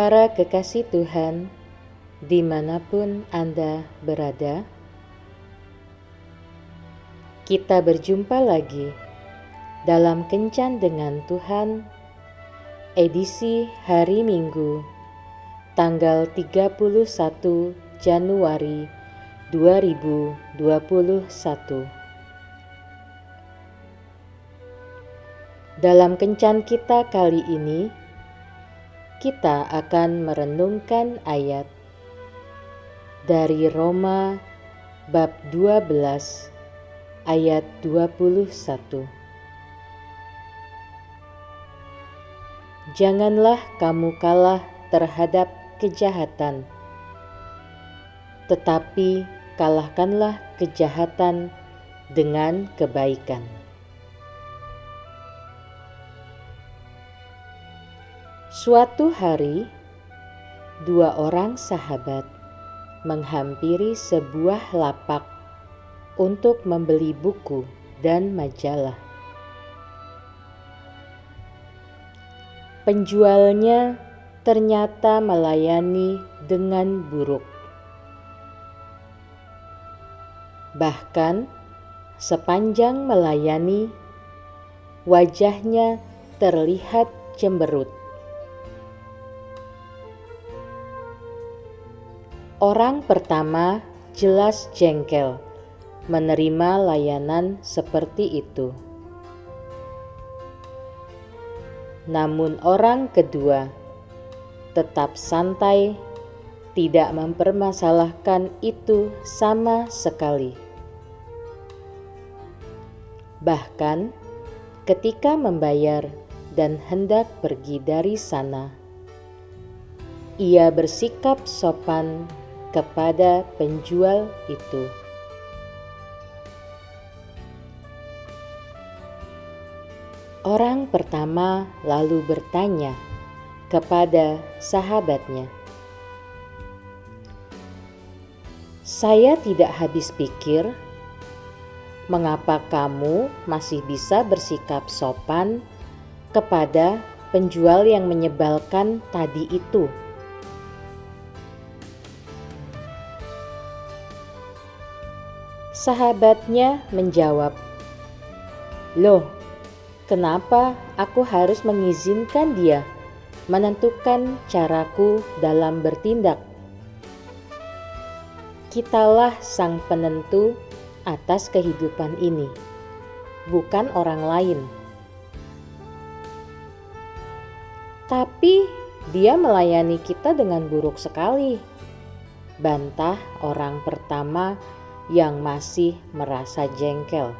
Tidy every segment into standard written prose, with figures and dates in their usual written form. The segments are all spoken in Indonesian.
Para kekasih Tuhan, dimanapun Anda berada, kita berjumpa lagi dalam Kencan dengan Tuhan, edisi hari Minggu, tanggal 31 Januari 2021. Dalam Kencan kita kali ini, kita akan merenungkan ayat dari Roma bab 12 ayat 21. Janganlah kamu kalah terhadap kejahatan, tetapi kalahkanlah kejahatan dengan kebaikan. Suatu hari, dua orang sahabat menghampiri sebuah lapak untuk membeli buku dan majalah. Penjualnya ternyata melayani dengan buruk. Bahkan sepanjang melayani, wajahnya terlihat cemberut. Orang pertama jelas jengkel menerima layanan seperti itu. Namun orang kedua tetap santai, tidak mempermasalahkan itu sama sekali. Bahkan ketika membayar dan hendak pergi dari sana, ia bersikap sopan kepada penjual itu. Orang pertama lalu bertanya kepada sahabatnya, "Saya tidak habis pikir, mengapa kamu masih bisa bersikap sopan kepada penjual yang menyebalkan tadi itu?" Sahabatnya menjawab, "Loh, kenapa aku harus mengizinkan dia menentukan caraku dalam bertindak? Kitalah sang penentu atas kehidupan ini, bukan orang lain." "Tapi dia melayani kita dengan buruk sekali," bantah orang pertama yang masih merasa jengkel.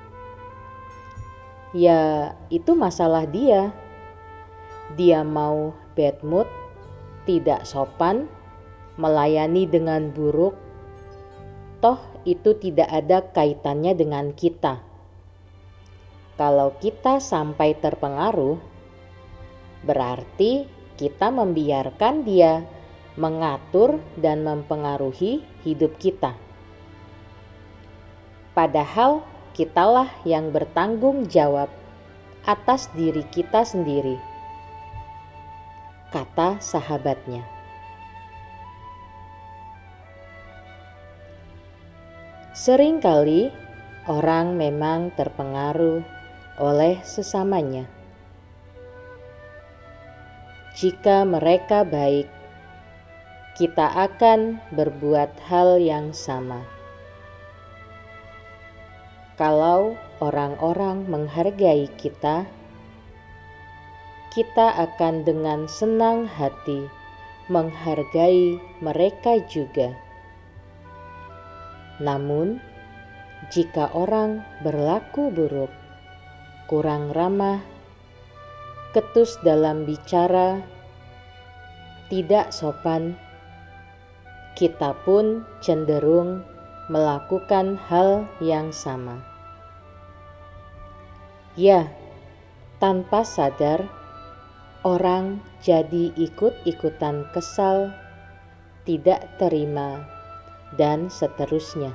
"Ya, itu masalah dia. Dia mau bad mood, tidak sopan, melayani dengan buruk. Toh itu tidak ada kaitannya dengan kita. Kalau kita sampai terpengaruh, berarti kita membiarkan dia mengatur dan mempengaruhi hidup kita. Padahal kitalah yang bertanggung jawab atas diri kita sendiri," kata sahabatnya. Seringkali orang memang terpengaruh oleh sesamanya. Jika mereka baik, kita akan berbuat hal yang sama. Kalau orang-orang menghargai kita, kita akan dengan senang hati menghargai mereka juga. Namun, jika orang berlaku buruk, kurang ramah, ketus dalam bicara, tidak sopan, kita pun cenderung melakukan hal yang sama. Ya, tanpa sadar, orang jadi ikut-ikutan kesal, tidak terima, dan seterusnya.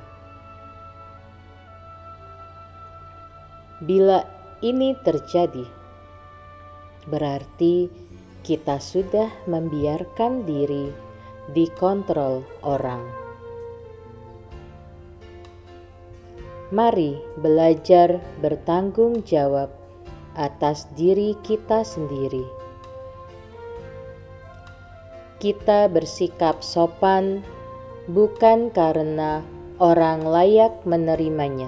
Bila ini terjadi, berarti kita sudah membiarkan diri dikontrol orang. Mari belajar bertanggung jawab atas diri kita sendiri. Kita bersikap sopan bukan karena orang layak menerimanya,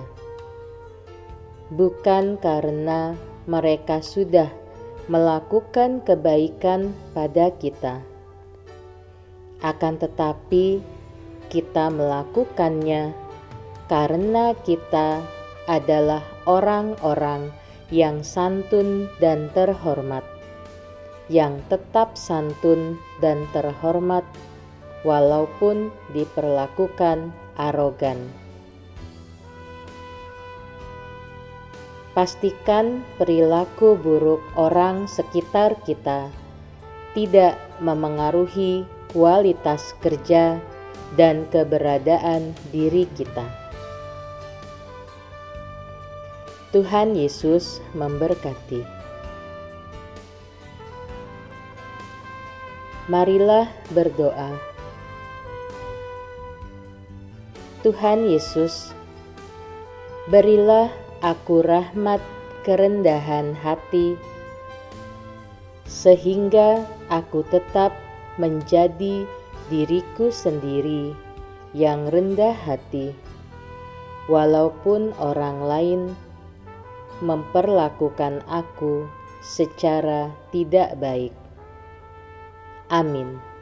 bukan karena mereka sudah melakukan kebaikan pada kita, akan tetapi kita melakukannya karena kita adalah orang-orang yang santun dan terhormat, yang tetap santun dan terhormat walaupun diperlakukan arogan. Pastikan perilaku buruk orang sekitar kita tidak memengaruhi kualitas kerja dan keberadaan diri kita. Tuhan Yesus memberkati. Marilah berdoa. Tuhan Yesus, berilah aku rahmat kerendahan hati, sehingga aku tetap menjadi diriku sendiri yang rendah hati, walaupun orang lain memperlakukan aku secara tidak baik. Amin.